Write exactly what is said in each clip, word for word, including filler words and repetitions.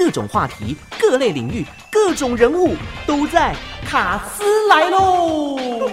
各种话题、各类领域、各种人物都在卡司来喽！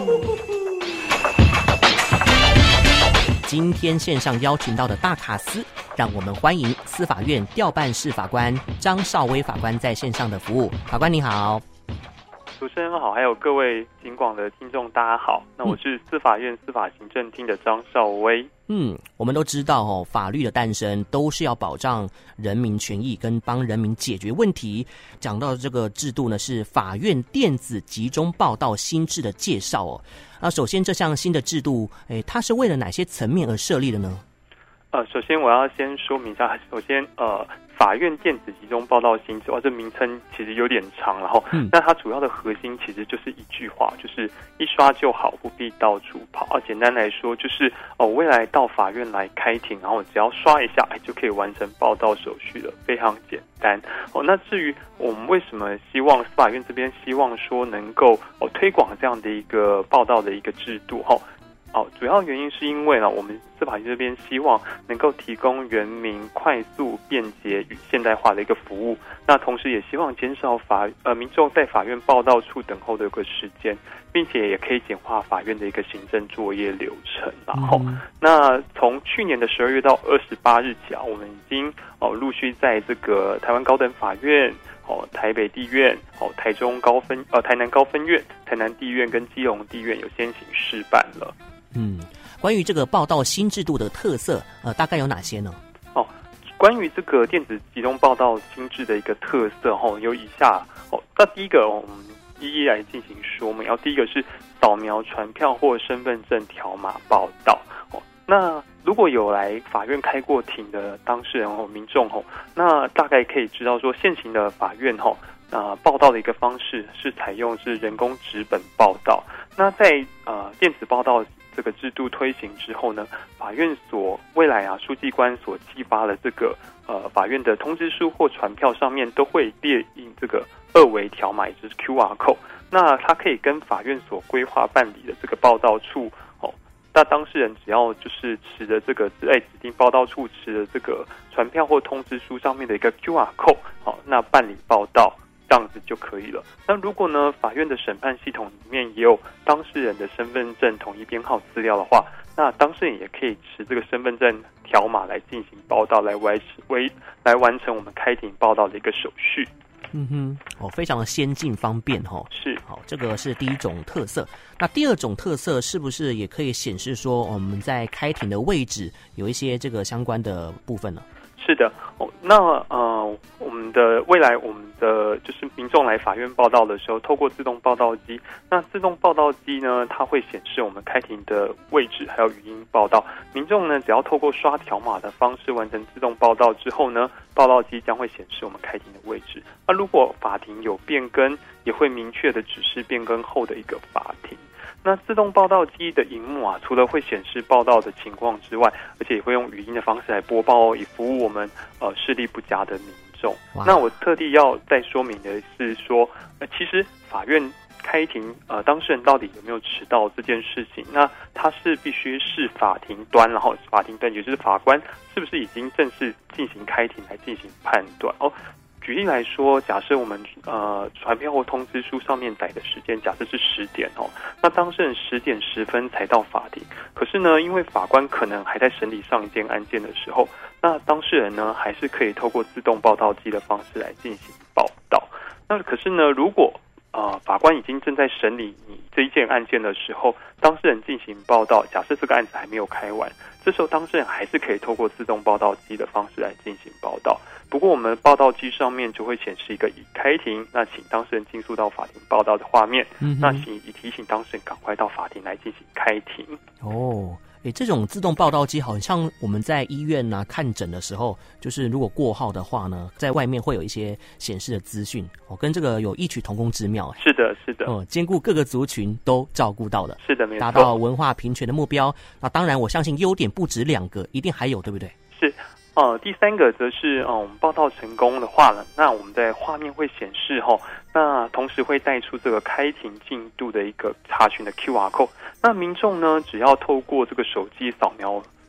今天线上邀请到的大卡司，让我们欢迎司法院调办室法官张少威法官在线上的服务。法官你好。 主持人好，还有各位警广的听众大家好，那我是司法院司法行政厅的张少威。 嗯，我们都知道哦，法律的诞生都是要保障人民权益跟帮人民解决问题。讲到这个制度呢，是法院电子集中报到新制的介绍哦。那首先这项新的制度，诶，它是为了哪些层面而设立的呢？ 呃，首先我要先说明一下，首先呃，法院电子集中报到新制，哦，这名称其实有点长，然后，嗯，那它主要的核心其实就是一句话，就是一刷就好，不必到处跑。啊，简单来说就是哦，未来到法院来开庭，然后只要刷一下，哎，就可以完成报到手续了，非常简单。哦，那至于我们为什么希望司法院这边希望说能够哦推广这样的一个报到的一个制度，哈、哦。哦，主要原因是因为呢，我们司法院这边希望能够提供人民快速、便捷与现代化的一个服务，那同时也希望减少法呃民众在法院报到处等候的一个时间，并且也可以简化法院的一个行政作业流程。然后，嗯、那从去年的十二月到二十八日起啊，我们已经哦陆续在这个台湾高等法院。哦，台北地院、哦，台中高分、呃，台南高分院、台南地院跟基隆地院有先行试办了。 嗯，关于这个报到新制度的特色，呃，大概有哪些呢？ 哦，关于这个电子集中报到新制的一个特色，哦，有以下哦。那第一个，我们一一来进行说明。然后第一个是扫描传票或身份证条码报到。哦，那如果有来法院开过庭的当事人或民众吼，那大概可以知道说，现行的法院吼，呃，报到的一个方式是采用是人工纸本报到。那在呃电子报到这个制度推行之后呢，法院所未来啊书记官所寄发的这个呃法院的通知书或传票上面都会列印这个二维条码，也就是 Q R code。那它可以跟法院所规划办理的这个报到处。那当事人只要就是持着这个在指定报到处持的这个传票或通知书上面的一个 Q R code， 好，那办理报到这样子就可以了。那如果呢，法院的审判系统里面也有当事人的身份证统一编号资料的话，那当事人也可以持这个身份证条码来进行报到，来完为来完成我们开庭报到的一个手续。 嗯哼，哦，非常的先进方便哦。 是， 好，这个是第一种特色。那第二种特色是不是也可以显示说我们在开庭的位置有一些这个相关的部分呢？ 是的，哦，那呃，我们的未来，我们的就是民众来法院报到的时候，透过自动报到机，那自动报到机呢，它会显示我们开庭的位置，还有语音报到。民众呢，只要透过刷条码的方式完成自动报到之后呢，报到机将会显示我们开庭的位置。那如果法庭有变更，也会明确的指示变更后的一个法庭。那自动报到机的萤幕啊，除了会显示报到的情况之外，而且也会用语音的方式来播报哦，以服务我们呃视力不佳的民众。那我特地要再说明的是说，呃，其实法院开庭，呃，当事人到底有没有迟到这件事情，那它是必须是法庭端，然后法庭端也就是法官是不是已经正式进行开庭来进行判断哦。举例来说，假设我们呃传票或通知书上面载的时间，假设是十点哦，那当事人十点十分才到法庭，可是呢，因为法官可能还在审理上一件案件的时候，那当事人呢还是可以透过自动报到机的方式来进行报到。那可是呢，如果呃法官已经正在审理你这一件案件的时候，当事人进行报到，假设这个案子还没有开完，这时候当事人还是可以透过自动报到机的方式来进行报到。不过我们报到机上面就会显示一个已开庭，那请当事人尽速到法庭报到的画面，嗯、那请以提醒当事人赶快到法庭来进行开庭。 哦，诶，这种自动报到机好像我们在医院啊看诊的时候，就是如果过号的话呢，在外面会有一些显示的资讯，哦，跟这个有异曲同工之妙。 是的，是的， 哦，兼顾各个族群都照顾到的， 是的，没错， 达到文化平权的目标。那当然，我相信优点不止两个，一定还有，对不对？ 是。呃，第三个则是，呃，我们报到成功的话呢，那我们在画面会显示吼，那同时会带出这个开庭进度的一个查询的 Q R code。那民众呢，只要透过这个手机扫描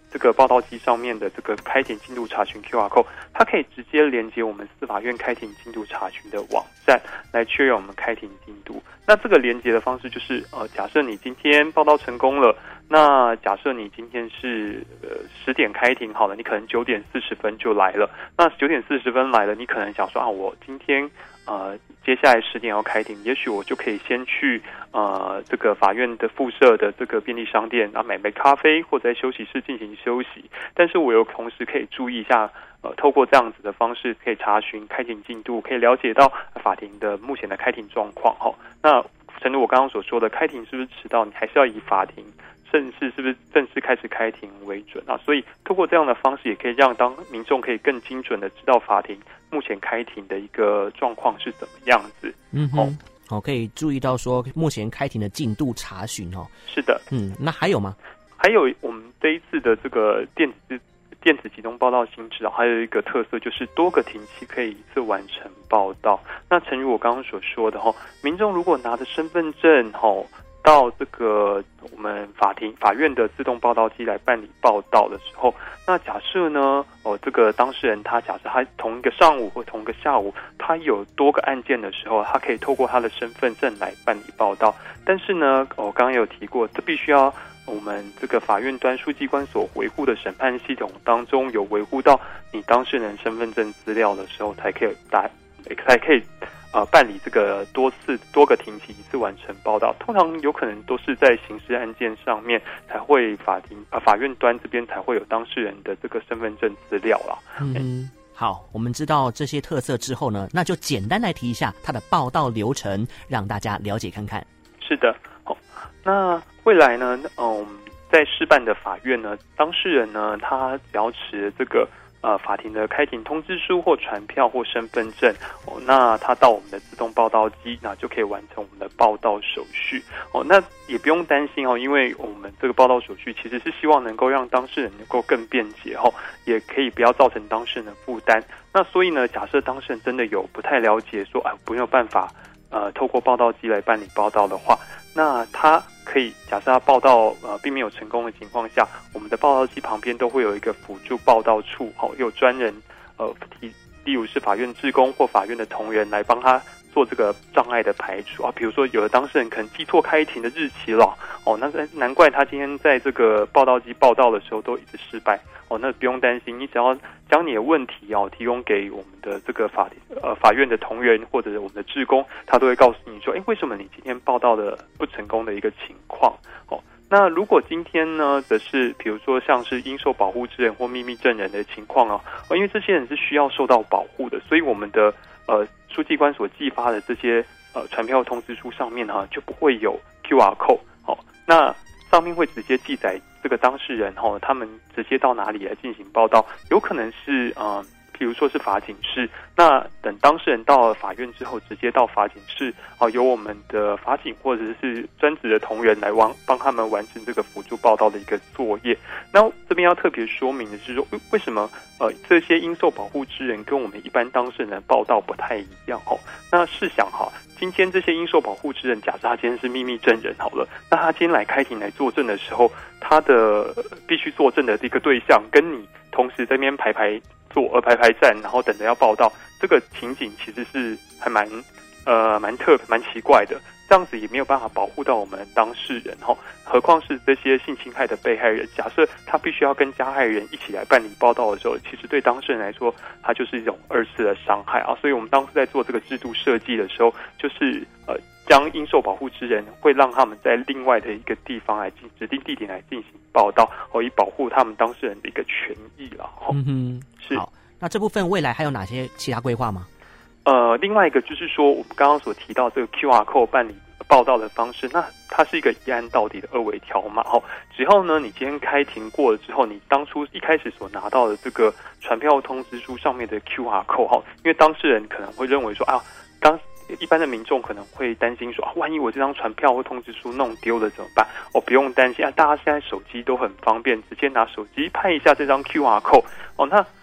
这个报到机上面的这个开庭进度查询 Q R code， 它可以直接连接我们司法院开庭进度查询的网站，来确认我们开庭进度。那这个连接的方式就是，呃，假设你今天报到成功了，那假设你今天是呃十点开庭好了，你可能九点四十分就来了。那九点四十分来了，你可能想说啊，我今天呃接下来十点要开庭，也许我就可以先去呃这个法院的附设的这个便利商店啊买杯咖啡，或者在休息室进行休息。但是我又同时可以注意一下，呃，透过这样子的方式可以查询开庭进度，可以了解到法庭的目前的开庭状况。哈，那正如我刚刚所说的，开庭是不是迟到，你还是要以法庭正式是不是正式开始开庭为准啊？所以透过这样的方式，也可以让当民众可以更精准的知道法庭目前开庭的一个状况是怎么样子。 嗯哼，好、哦，可以注意到说目前开庭的进度查询哦。 是的， 嗯，那还有吗？ 还有我们这一次的这个电子电子集中报到新制啊，还有一个特色就是多个庭期可以一次完成报到。那诚如我刚刚所说的哈，民众如果拿着身份证哈，到这个我们法庭法院的自动报到机来办理报到的时候，那假设呢，哦，这个当事人他假设他同一个上午或同一个下午，他有多个案件的时候，他可以透过他的身份证来办理报到。但是呢，我、哦、刚刚有提过，这必须要我们这个法院端书记官所维护的审判系统当中有维护到你当事人身份证资料的时候，才可以打，才可以。呃，办理这个多次多个庭期一次完成报到，通常有可能都是在刑事案件上面才会法庭呃法院端这边才会有当事人的这个身份证资料啦。 嗯，好，我们知道这些特色之后呢，那就简单来提一下它的报到流程，让大家了解看看。 是的，好，那未来呢，嗯，在试办的法院呢，当事人呢，他只要持这个。呃，法庭的开庭通知书或传票或身份证，哦，那他到我们的自动报到机，那就可以完成我们的报到手续。哦，那也不用担心哦，因为我们这个报到手续其实是希望能够让当事人能够更便捷哦，也可以不要造成当事人的负担。那所以呢，假设当事人真的有不太了解说，啊，没有办法呃透过报到机来办理报到的话，那他可以假设他报到呃并没有成功的情况下，我们的报到机旁边都会有一个辅助报到处，好、哦，有专人呃提，例如是法院志工或法院的同仁来帮他做这个障碍的排除啊。比如说有的当事人可能记错开庭的日期了，哦，那难怪他今天在这个报到机报到的时候都一直失败。哦，那不用担心，你只要将你的问题哦提供给我们的这个法呃法院的同仁或者是我们的志工，他都会告诉你说，哎，为什么你今天报到的不成功的一个情况。哦，那如果今天呢，则是比如说像是应受保护之人或秘密证人的情况啊，哦，因为这些人是需要受到保护的，所以我们的呃书记官所寄发的这些呃传票通知书上面哈、啊、就不会有 Q R code。哦，那上面会直接记载这个当事人哈，他们直接到哪里来进行报到，有可能是呃，比如说是法警室，那等当事人到了法院之后，直接到法警室啊，由我们的法警或者是专职的同仁来帮帮他们完成这个辅助报到的一个作业。那这边要特别说明的是说，为什么呃这些应受保护之人跟我们一般当事人的报到不太一样哦？那试想哈。今天这些应受保护之人，假设他今天是秘密证人好了，那他今天来开庭来作证的时候，他的必须作证的这个对象跟你同时在那边排排坐呃排排站，然后等着要报到，这个情景其实是还蛮呃蛮特蛮奇怪的，这样子也没有办法保护到我们当事人哈，何况是这些性侵害的被害人，假设他必须要跟加害人一起来办理报到的时候，其实对当事人来说，他就是一种二次的伤害啊。所以我们当时在做这个制度设计的时候，就是呃将应受保护之人会让他们在另外的一个地方来进指定地点来进行报到，哦，以保护他们当事人的一个权益了。 嗯哼，是。好，那这部分未来还有哪些其他规划吗？ 呃，另外一个就是说，我们刚刚所提到这个 Q R code 办理报到的方式，那它是一个一案到底的二维条码哦。只要呢，你今天开庭过了之后，你当初一开始所拿到的这个传票通知书上面的 Q R code 哈，因为当事人可能会认为说啊，当一般的民众可能会担心说啊，万一我这张传票或通知书弄丢了怎么办？哦，不用担心啊，大家现在手机都很方便，直接拿手机拍一下这张 Q R code 哦，那。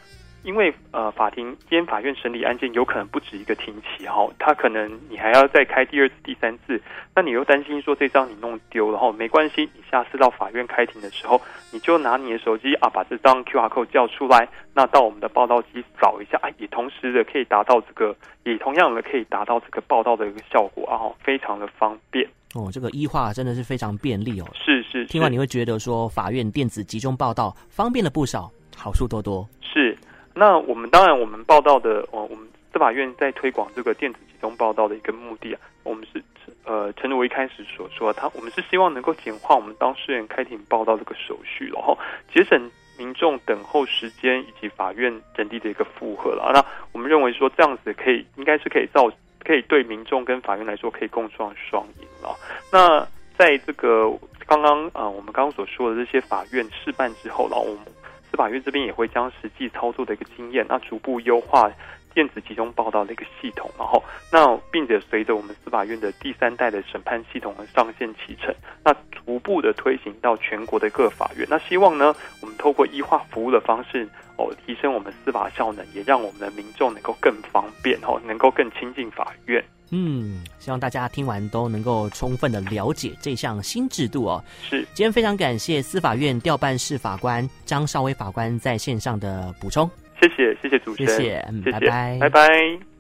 因为呃，法庭今天法院审理案件有可能不止一个庭期哈，他可能你还要再开第二次、第三次，那你又担心说这张你弄丢了哈，没关系，你下次到法院开庭的时候，你就拿你的手机啊，把这张 Q R code 叫出来，那到我们的报道机扫一下，啊，也同时的可以达到这个，也同样的可以达到这个报道的一个效果啊，非常的方便。 哦，这个医化真的是非常便利哦。 是是是， 听完你会觉得说，法院电子集中报道方便了不少，好处多多。 是，那我们当然我们报道的，哦，我们司法院在推广这个电子集中报道的一个目的啊，我们是呃，诚如我一开始所说，他我们是希望能够简化我们当事人开庭报道这个手续，然后节省民众等候时间以及法院人力的一个负荷了。那我们认为说这样子可以，应该是可以造。可以对民众跟法院来说可以共创双赢了。那在这个刚刚啊、呃，我们刚刚所说的这些法院试办之后，然后我们司法院这边也会将实际操作的一个经验，那逐步优化电子集中报道的一个系统，然后那并且随着我们司法院的第三代的审判系统的上线启程，那逐步的推行到全国的各法院。那希望呢，我们透过医化服务的方式哦，提升我们司法效能，也让我们的民众能够更方便哦，能够更亲近法院。 嗯，希望大家听完都能够充分的了解这项新制度哦。 是， 今天非常感谢司法院调办事法官张绍威法官在线上的补充。 谢谢，谢谢主持人， 谢谢，嗯， 谢谢， 拜拜， 拜拜。